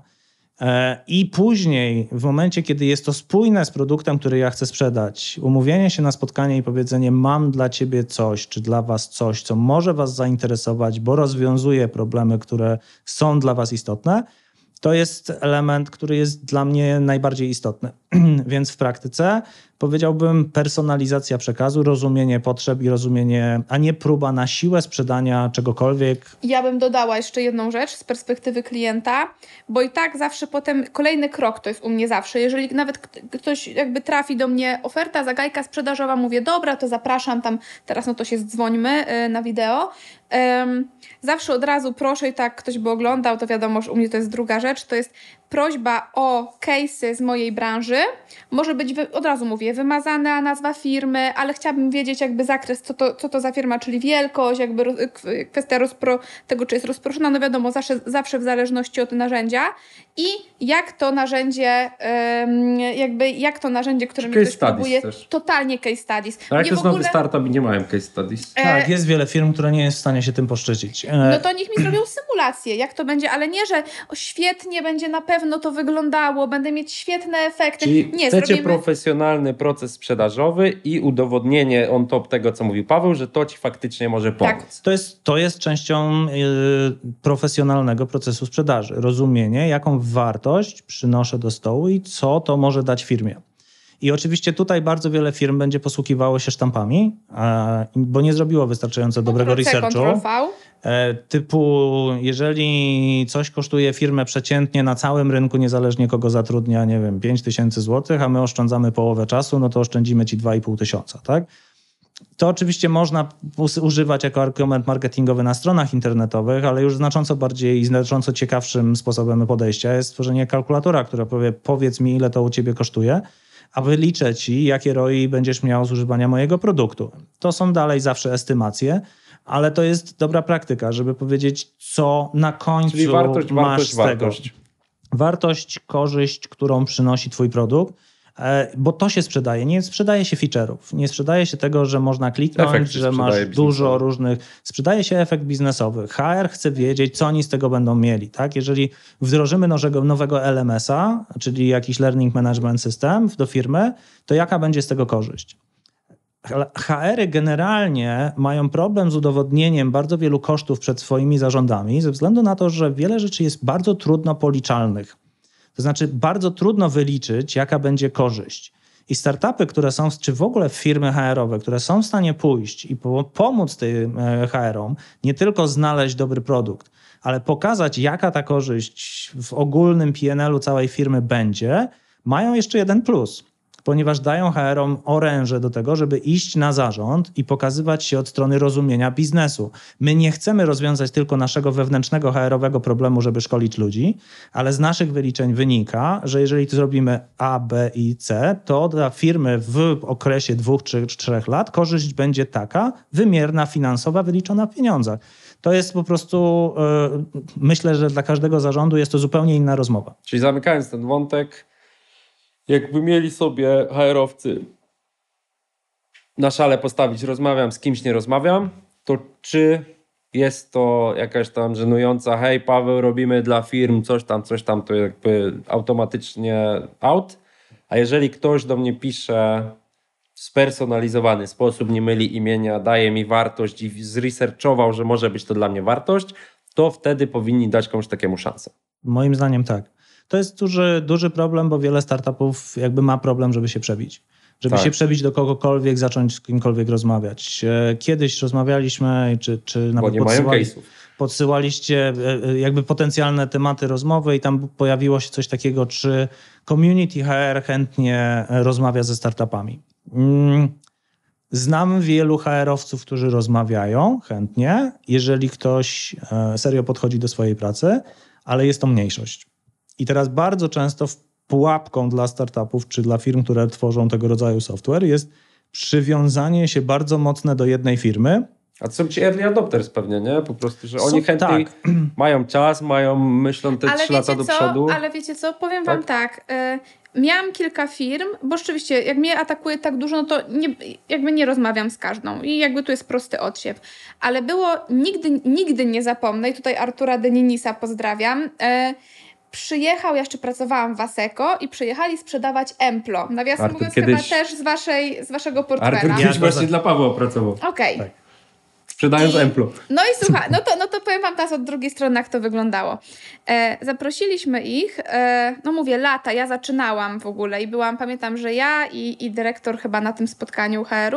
I później, w momencie, kiedy jest to spójne z produktem, który ja chcę sprzedać, umówienie się na spotkanie i powiedzenie: mam dla ciebie coś, czy dla was coś, co może was zainteresować, bo rozwiązuje problemy, które są dla was istotne, to jest element, który jest dla mnie najbardziej istotny. Więc w praktyce powiedziałbym, personalizacja przekazu, rozumienie potrzeb i rozumienie, a nie próba na siłę sprzedania czegokolwiek. Ja bym dodała jeszcze jedną rzecz z perspektywy klienta, bo i tak zawsze potem kolejny krok to jest u mnie zawsze. Jeżeli nawet ktoś jakby trafi do mnie oferta, zagajka sprzedażowa, mówię, dobra, to zapraszam tam, teraz no to się dzwońmy na wideo. Zawsze od razu proszę i tak ktoś by oglądał, to wiadomo, że u mnie to jest druga rzecz, to jest prośba o case'y z mojej branży. Może być, od razu mówię, wymazana nazwa firmy, ale chciałabym wiedzieć jakby zakres, co to za firma, czyli wielkość, jakby kwestia tego, czy jest rozproszona, no wiadomo, zawsze w zależności od narzędzia i jak to narzędzie, które mi ktoś próbuje, totalnie case studies. A jak to jest nowy startup i nie mają case studies? Tak, jest wiele firm, które nie jest w stanie się tym poszczycić. No to niech mi zrobią symulację, jak to będzie, ale nie, że świetnie będzie na pewno to wyglądało, będę mieć świetne efekty. Czyli nie, chcecie profesjonalny proces sprzedażowy i udowodnienie on top tego, co mówił Paweł, że to ci faktycznie może pomóc. Tak. To jest częścią profesjonalnego procesu sprzedaży. Rozumienie, jaką wartość przynoszę do stołu i co to może dać firmie. I oczywiście tutaj bardzo wiele firm będzie posługiwało się sztampami, bo nie zrobiło wystarczająco dobrego researchu. Typu, jeżeli coś kosztuje firmę przeciętnie na całym rynku, niezależnie kogo zatrudnia, nie wiem, 5 000 złotych, a my oszczędzamy połowę czasu, no to oszczędzimy ci 2,5 tysiąca, tak? To oczywiście można używać jako argument marketingowy na stronach internetowych, ale już znacząco bardziej i znacząco ciekawszym sposobem podejścia jest stworzenie kalkulatora, która powie, powiedz mi, ile to u ciebie kosztuje, a wyliczę ci, jakie ROI będziesz miał z używania mojego produktu. To są dalej zawsze estymacje, ale to jest dobra praktyka, żeby powiedzieć, co na końcu czyli masz z tego. Wartość, korzyść, którą przynosi twój produkt, bo to się sprzedaje. Nie sprzedaje się feature'ów, nie sprzedaje się tego, że można kliknąć, że masz dużo różnych... Sprzedaje się efekt biznesowy. HR chce wiedzieć, co oni z tego będą mieli. Tak? Jeżeli wdrożymy nowego LMS-a, czyli jakiś Learning Management System do firmy, to jaka będzie z tego korzyść? HR-y generalnie mają problem z udowodnieniem bardzo wielu kosztów przed swoimi zarządami ze względu na to, że wiele rzeczy jest bardzo trudno policzalnych. To znaczy bardzo trudno wyliczyć, jaka będzie korzyść. I startupy, które są, czy w ogóle firmy HR-owe, które są w stanie pójść i pomóc tym HR-om, nie tylko znaleźć dobry produkt, ale pokazać, jaka ta korzyść w ogólnym P&L-u całej firmy będzie, mają jeszcze jeden plus. Ponieważ dają HR-om oręże do tego, żeby iść na zarząd i pokazywać się od strony rozumienia biznesu. My nie chcemy rozwiązać tylko naszego wewnętrznego HR-owego problemu, żeby szkolić ludzi, ale z naszych wyliczeń wynika, że jeżeli tu zrobimy A, B i C, to dla firmy w okresie 2 czy 3 lat korzyść będzie taka, wymierna, finansowa, wyliczona w pieniądzach. To jest po prostu, myślę, że dla każdego zarządu jest to zupełnie inna rozmowa. Czyli zamykając ten wątek, jakby mieli sobie HR-owcy na szale postawić rozmawiam, z kimś nie rozmawiam, to czy jest to jakaś tam żenująca hej Paweł, robimy dla firm coś tam, to jakby automatycznie out, a jeżeli ktoś do mnie pisze w spersonalizowany sposób, nie myli imienia, daje mi wartość i zresearchował, że może być to dla mnie wartość, to wtedy powinni dać komuś takiemu szansę. Moim zdaniem tak. To jest duży problem, bo wiele startupów jakby ma problem, żeby się przebić. Żeby się przebić do kogokolwiek, zacząć z kimkolwiek rozmawiać. Kiedyś rozmawialiśmy, czy nawet podsyłaliście jakby potencjalne tematy rozmowy i tam pojawiło się coś takiego, czy community HR chętnie rozmawia ze startupami. Znam wielu HR-owców, którzy rozmawiają chętnie, jeżeli ktoś serio podchodzi do swojej pracy, ale jest to mniejszość. I teraz bardzo często pułapką dla startupów czy dla firm, które tworzą tego rodzaju software jest przywiązanie się bardzo mocne do jednej firmy. A to są ci early adopters pewnie, nie? Po prostu, że oni chętnie mają czas, myślą te 3 lata do przodu. Ale wiecie co, powiem wam tak. Miałam kilka firm, bo rzeczywiście jak mnie atakuje tak dużo, no to nie rozmawiam z każdą i jakby tu jest prosty odsiew. Ale było, nigdy nie zapomnę i tutaj Artura Deninisa pozdrawiam, przyjechał, ja jeszcze pracowałam w Asseco i przyjechali sprzedawać Emplo. Nawiasem mówiąc, chyba też z waszego portfela. Artur kiedyś właśnie dla Pawła pracował. Okej. Tak. Sprzedając Emplu. No i słuchaj, no to powiem wam teraz od drugiej strony, jak to wyglądało. Zaprosiliśmy ich, no mówię, lata, ja zaczynałam w ogóle i pamiętam, że ja i dyrektor chyba na tym spotkaniu HR-u.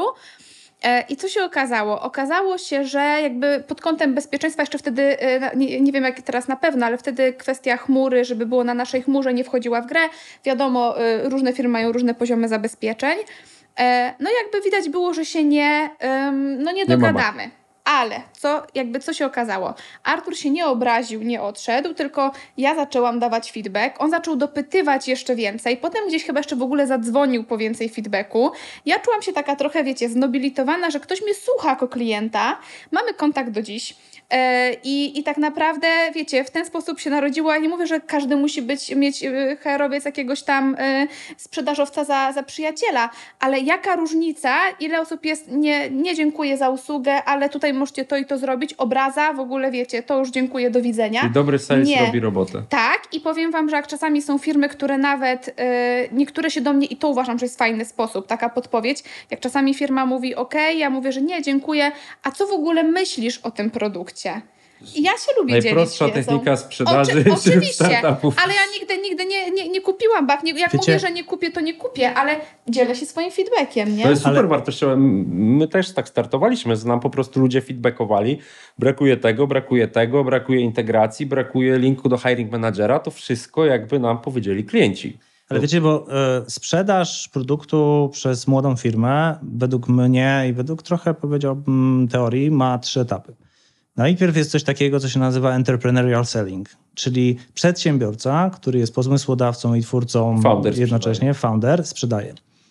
I co się okazało? Okazało się, że jakby pod kątem bezpieczeństwa jeszcze wtedy, nie wiem jak teraz na pewno, ale wtedy kwestia chmury, żeby było na naszej chmurze, nie wchodziła w grę. Wiadomo, różne firmy mają różne poziomy zabezpieczeń. No jakby widać było, że się nie dogadamy. Ale co się okazało? Artur się nie obraził, nie odszedł, tylko ja zaczęłam dawać feedback. On zaczął dopytywać jeszcze więcej. Potem gdzieś chyba jeszcze w ogóle zadzwonił po więcej feedbacku. Ja czułam się taka trochę, wiecie, znobilitowana, że ktoś mnie słucha jako klienta. Mamy kontakt do dziś. I tak naprawdę, wiecie, w ten sposób się narodziło. Ja nie mówię, że każdy musi mieć HR-owiec jakiegoś tam sprzedażowca za przyjaciela, ale jaka różnica, ile osób jest, nie dziękuję za usługę, ale tutaj możecie to i to zrobić, obraza, w ogóle wiecie, to już dziękuję, do widzenia. I dobry sales robi robotę. Tak, i powiem wam, że jak czasami są firmy, które nawet, niektóre się do mnie, i to uważam, że jest fajny sposób, taka podpowiedź, jak czasami firma mówi ja mówię, że nie, dziękuję, a co w ogóle myślisz o tym produkcie? I ja się lubię dzielić wiedzą. Najprostsza technika sprzedaży startupów. Ale ja nigdy nie kupiłam, bo jak mówię, że nie kupię, to nie kupię, ale dzielę się swoim feedbackiem, nie? To jest super wartościowe. My też tak startowaliśmy, nam po prostu ludzie feedbackowali. Brakuje tego, brakuje integracji, brakuje linku do hiring managera. To wszystko jakby nam powiedzieli klienci. Ale wiecie, bo sprzedaż produktu przez młodą firmę, według mnie i według trochę, powiedziałbym, teorii, ma 3 etapy. Najpierw jest coś takiego, co się nazywa entrepreneurial selling, czyli przedsiębiorca, który jest pomysłodawcą i twórcą, jednocześnie founder, sprzedaje.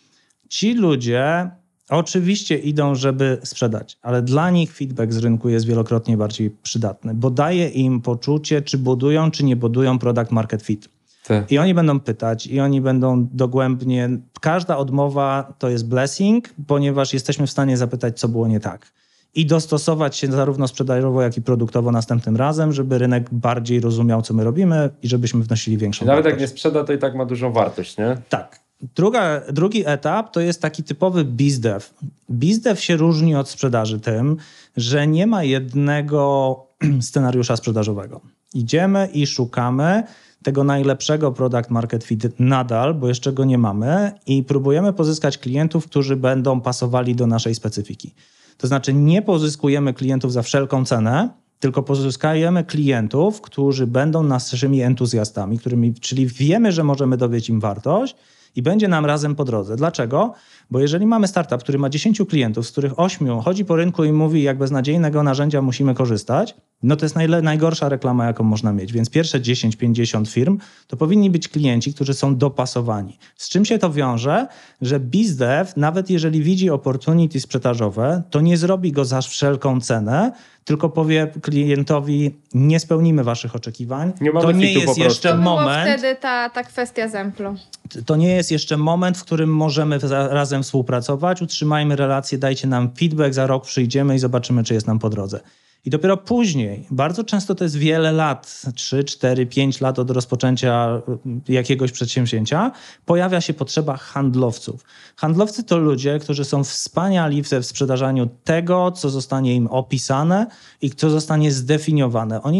Ci ludzie oczywiście idą, żeby sprzedać, ale dla nich feedback z rynku jest wielokrotnie bardziej przydatny, bo daje im poczucie, czy budują, czy nie budują product market fit. I oni będą pytać, i oni będą dogłębnie... Każda odmowa to jest blessing, ponieważ jesteśmy w stanie zapytać, co było nie tak. I dostosować się zarówno sprzedażowo, jak i produktowo następnym razem, żeby rynek bardziej rozumiał, co my robimy i żebyśmy wnosili większą wartość. Nawet jak nie sprzeda, to i tak ma dużą wartość, nie? Tak. Drugi etap to jest taki typowy bizdev. Bizdev się różni od sprzedaży tym, że nie ma jednego scenariusza sprzedażowego. Idziemy i szukamy tego najlepszego product market fit nadal, bo jeszcze go nie mamy i próbujemy pozyskać klientów, którzy będą pasowali do naszej specyfiki. To znaczy nie pozyskujemy klientów za wszelką cenę, tylko pozyskujemy klientów, którzy będą naszymi entuzjastami, czyli wiemy, że możemy dowieść im wartość i będzie nam razem po drodze. Dlaczego? Bo jeżeli mamy startup, który ma 10 klientów, z których 8 chodzi po rynku i mówi, jak beznadziejnego narzędzia musimy korzystać, no to jest najgorsza reklama, jaką można mieć. Więc pierwsze 10-50 firm to powinni być klienci, którzy są dopasowani. Z czym się to wiąże? Że bizdev, nawet jeżeli widzi opportunity sprzedażowe, to nie zrobi go za wszelką cenę, tylko powie klientowi, nie spełnimy waszych oczekiwań. To nie jest jeszcze moment. To wtedy ta kwestia Zemplu. To nie jest jeszcze moment, w którym możemy razem współpracować. Utrzymajmy relacje, dajcie nam feedback, za rok przyjdziemy i zobaczymy, czy jest nam po drodze. I dopiero później, bardzo często to jest wiele lat, 3, 4, 5 lat od rozpoczęcia jakiegoś przedsięwzięcia, pojawia się potrzeba handlowców. Handlowcy to ludzie, którzy są wspaniali w sprzedażaniu tego, co zostanie im opisane i co zostanie zdefiniowane. Oni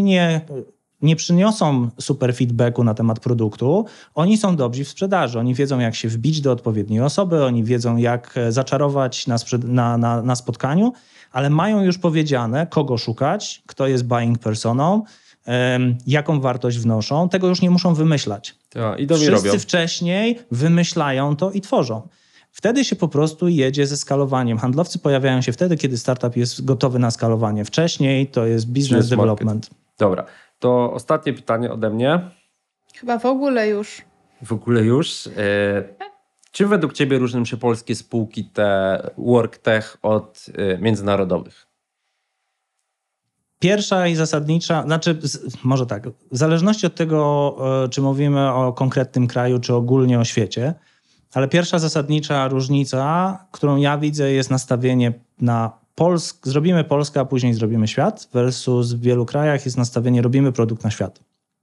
nie przyniosą super feedbacku na temat produktu, oni są dobrzy w sprzedaży. Oni wiedzą, jak się wbić do odpowiedniej osoby, oni wiedzą, jak zaczarować na spotkaniu, ale mają już powiedziane, kogo szukać, kto jest buying personą, jaką wartość wnoszą. Tego już nie muszą wymyślać. Wszyscy wcześniej wymyślają to i tworzą. Wtedy się po prostu jedzie ze skalowaniem. Handlowcy pojawiają się wtedy, kiedy startup jest gotowy na skalowanie. Wcześniej to jest business development. Dobra, to ostatnie pytanie ode mnie. Chyba w ogóle już. Czym według ciebie różnią się polskie spółki WorkTech od międzynarodowych? Pierwsza i zasadnicza, może tak, w zależności od tego, czy mówimy o konkretnym kraju, czy ogólnie o świecie, ale pierwsza zasadnicza różnica, którą ja widzę, jest nastawienie na zrobimy Polskę, a później zrobimy świat, versus w wielu krajach jest nastawienie, robimy produkt na świat.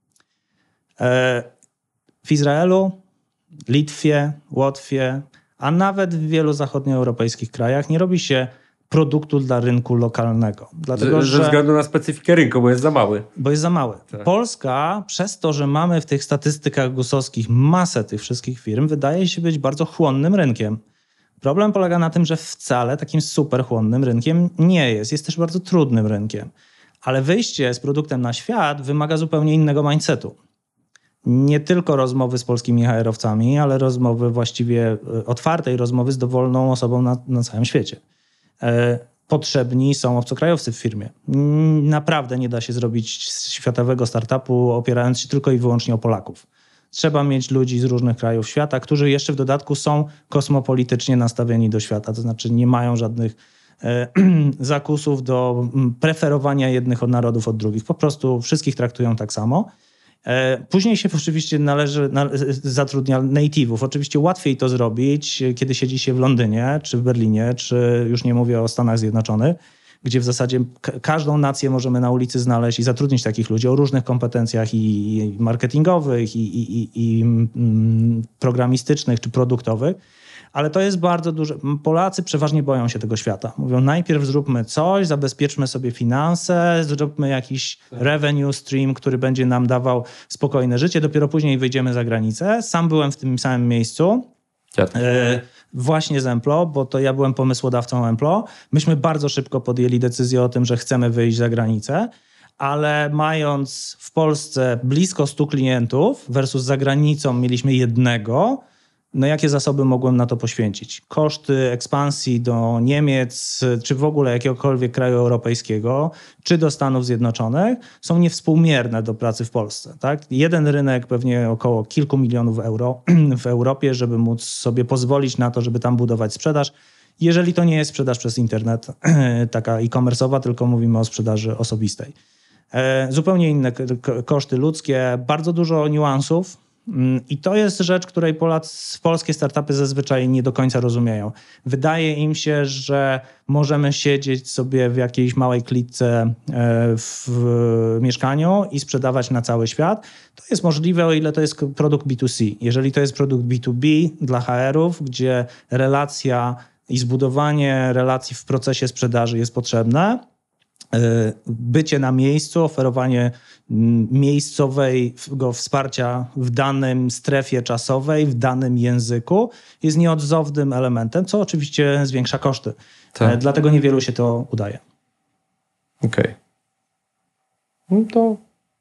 W Izraelu, Litwie, Łotwie, a nawet w wielu zachodnioeuropejskich krajach nie robi się produktu dla rynku lokalnego. Dlatego, Ze względu na specyfikę rynku, bo jest za mały. Bo jest za mały. Tak. Polska, przez to, że mamy w tych statystykach GUS-owskich masę tych wszystkich firm, wydaje się być bardzo chłonnym rynkiem. Problem polega na tym, że wcale takim super chłonnym rynkiem nie jest. Jest też bardzo trudnym rynkiem. Ale wyjście z produktem na świat wymaga zupełnie innego mindsetu. Nie tylko rozmowy z polskimi HR-owcami, ale rozmowy właściwie otwartej rozmowy z dowolną osobą na całym świecie. Potrzebni są obcokrajowcy w firmie. Naprawdę nie da się zrobić światowego startupu opierając się tylko i wyłącznie o Polaków. Trzeba mieć ludzi z różnych krajów świata, którzy jeszcze w dodatku są kosmopolitycznie nastawieni do świata. To znaczy nie mają żadnych zakusów do preferowania jednych od narodów od drugich. Po prostu wszystkich traktują tak samo. Później się oczywiście zatrudnia native'ów. Oczywiście łatwiej to zrobić, kiedy siedzi się w Londynie, czy w Berlinie, czy już nie mówię o Stanach Zjednoczonych, gdzie w zasadzie każdą nację możemy na ulicy znaleźć i zatrudnić takich ludzi o różnych kompetencjach i marketingowych, i programistycznych, czy produktowych. Ale to jest bardzo duże. Polacy przeważnie boją się tego świata. Mówią, najpierw zróbmy coś, zabezpieczmy sobie finanse, zróbmy jakiś revenue stream, który będzie nam dawał spokojne życie, dopiero później wyjdziemy za granicę. Sam byłem w tym samym miejscu. Właśnie z Emplo, bo to ja byłem pomysłodawcą Emplo. Myśmy bardzo szybko podjęli decyzję o tym, że chcemy wyjść za granicę, ale mając w Polsce blisko 100 klientów versus za granicą mieliśmy jednego, no jakie zasoby mogłem na to poświęcić? Koszty ekspansji do Niemiec, czy w ogóle jakiegokolwiek kraju europejskiego, czy do Stanów Zjednoczonych są niewspółmierne do pracy w Polsce. Tak? Jeden rynek pewnie około kilku milionów euro w Europie, żeby móc sobie pozwolić na to, żeby tam budować sprzedaż. Jeżeli to nie jest sprzedaż przez internet, taka e-commerce'owa, tylko mówimy o sprzedaży osobistej. Zupełnie inne koszty ludzkie, bardzo dużo niuansów. I to jest rzecz, której polskie startupy zazwyczaj nie do końca rozumieją. Wydaje im się, że możemy siedzieć sobie w jakiejś małej klitce w mieszkaniu i sprzedawać na cały świat. To jest możliwe, o ile to jest produkt B2C. Jeżeli to jest produkt B2B dla HR-ów, gdzie relacja i zbudowanie relacji w procesie sprzedaży jest potrzebne, bycie na miejscu, oferowanie miejscowego wsparcia w danym strefie czasowej, w danym języku jest nieodzownym elementem, co oczywiście zwiększa koszty. Tak. Dlatego niewielu się to udaje. Okej. No to...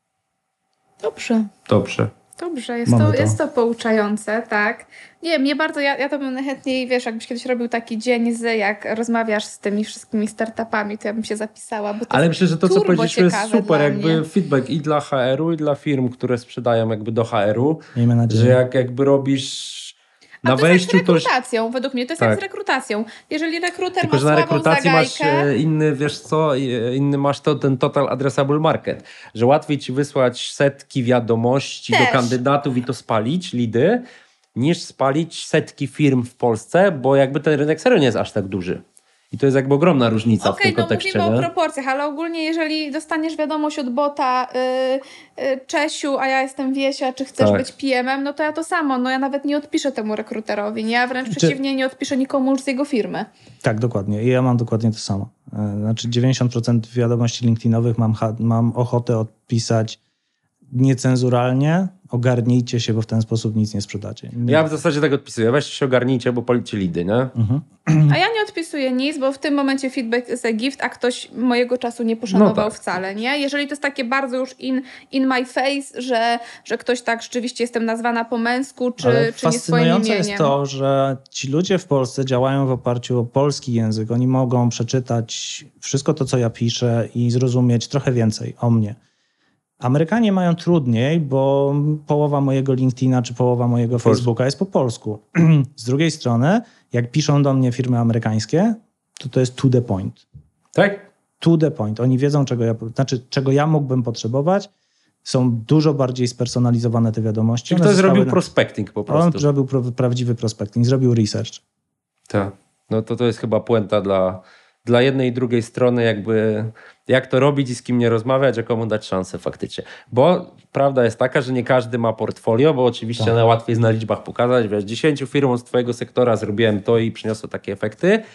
Dobrze, jest to pouczające, tak. Nie, mnie bardzo, ja to bym chętniej, wiesz, jakbyś kiedyś robił taki dzień jak rozmawiasz z tymi wszystkimi startupami, to ja bym się zapisała, bo to ale myślę, że to, co powiedzieliśmy, jest super, jakby mnie. feedback i dla HR-u, i dla firm, które sprzedają jakby do HR-u, miejmy nadzieję, że jakby robisz na wejściu, to jest z rekrutacją, według mnie to jest jak z rekrutacją. Jeżeli rekruter tylko, ma że na słabą rekrutacji zagajkę... masz inny, wiesz co, inny masz ten total addressable market, że łatwiej ci wysłać setki wiadomości do kandydatów i to spalić, lidy, niż spalić setki firm w Polsce, bo jakby ten rynek serio nie jest aż tak duży. I to jest jakby ogromna różnica w tym kontekście. Mówimy o proporcjach, ale ogólnie jeżeli dostaniesz wiadomość od bota Czesiu, a ja jestem Wiesia, czy chcesz być PM-em, no to ja to samo. No ja nawet nie odpiszę temu rekruterowi, nie? Ja wręcz przeciwnie, nie odpiszę nikomu już z jego firmy. Tak, dokładnie. I ja mam dokładnie to samo. Znaczy 90% wiadomości LinkedInowych mam ochotę odpisać niecenzuralnie, ogarnijcie się, bo w ten sposób nic nie sprzedacie. Ja w zasadzie tak odpisuję, weźcie się ogarnijcie, bo policie lidy, nie? A ja nie odpisuję nic, bo w tym momencie feedback is a gift, a ktoś mojego czasu nie poszanował wcale, nie? Jeżeli to jest takie bardzo już in my face, że ktoś tak rzeczywiście jestem nazwana po męsku, czy nie swoim imieniem. Fascynujące jest to, że ci ludzie w Polsce działają w oparciu o polski język. Oni mogą przeczytać wszystko to, co ja piszę i zrozumieć trochę więcej o mnie. Amerykanie mają trudniej, bo połowa mojego LinkedIna czy połowa mojego Facebooka jest po polsku. Z drugiej strony, jak piszą do mnie firmy amerykańskie, to jest to the point. Tak? To the point. Oni wiedzą, czego ja mógłbym potrzebować. Są dużo bardziej spersonalizowane te wiadomości. Czyli ktoś zrobił prospecting po prostu. On zrobił prawdziwy prospecting, zrobił research. Tak. No to jest chyba puenta dla jednej i drugiej strony, jakby jak to robić i z kim nie rozmawiać, a komu dać szansę faktycznie. Bo prawda jest taka, że nie każdy ma portfolio, bo oczywiście najłatwiej jest na liczbach pokazać, wiesz, 10 firmom z twojego sektora zrobiłem to i przyniosło takie efekty,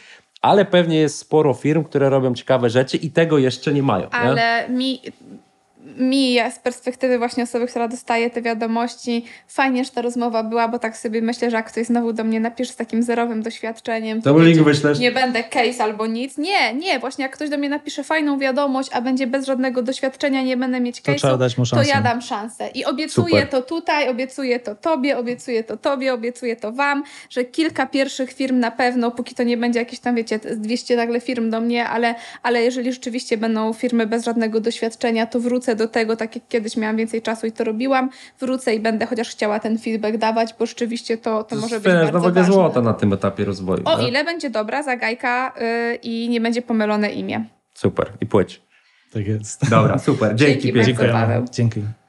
ale pewnie jest sporo firm, które robią ciekawe rzeczy i tego jeszcze nie mają. Ale ja z perspektywy właśnie osoby, która dostaje te wiadomości, fajnie, że ta rozmowa była, bo tak sobie myślę, że jak ktoś znowu do mnie napisze z takim zerowym doświadczeniem, to link wyślesz? nie będę case albo nic. Nie, właśnie jak ktoś do mnie napisze fajną wiadomość, a będzie bez żadnego doświadczenia, nie będę mieć To trzeba dać mu case'u, to szansę. ja dam szansę. I obiecuję to tutaj, obiecuję to tobie, obiecuję to tobie, obiecuję to wam, że kilka pierwszych firm na pewno, póki to nie będzie jakieś tam, wiecie, 200 nagle firm do mnie, ale jeżeli rzeczywiście będą firmy bez żadnego doświadczenia, to wrócę do tego, tak jak kiedyś miałam więcej czasu i to robiłam, wrócę i będę chociaż chciała ten feedback dawać, bo rzeczywiście to może być bardzo wagę ważne. złota na tym etapie rozwoju. O ile będzie dobra zagajka i nie będzie pomylone imię. Super. I płeć. Tak jest. Dobra, super. Dzięki Dzięki pięknie. bardzo, Paweł. Dzięki.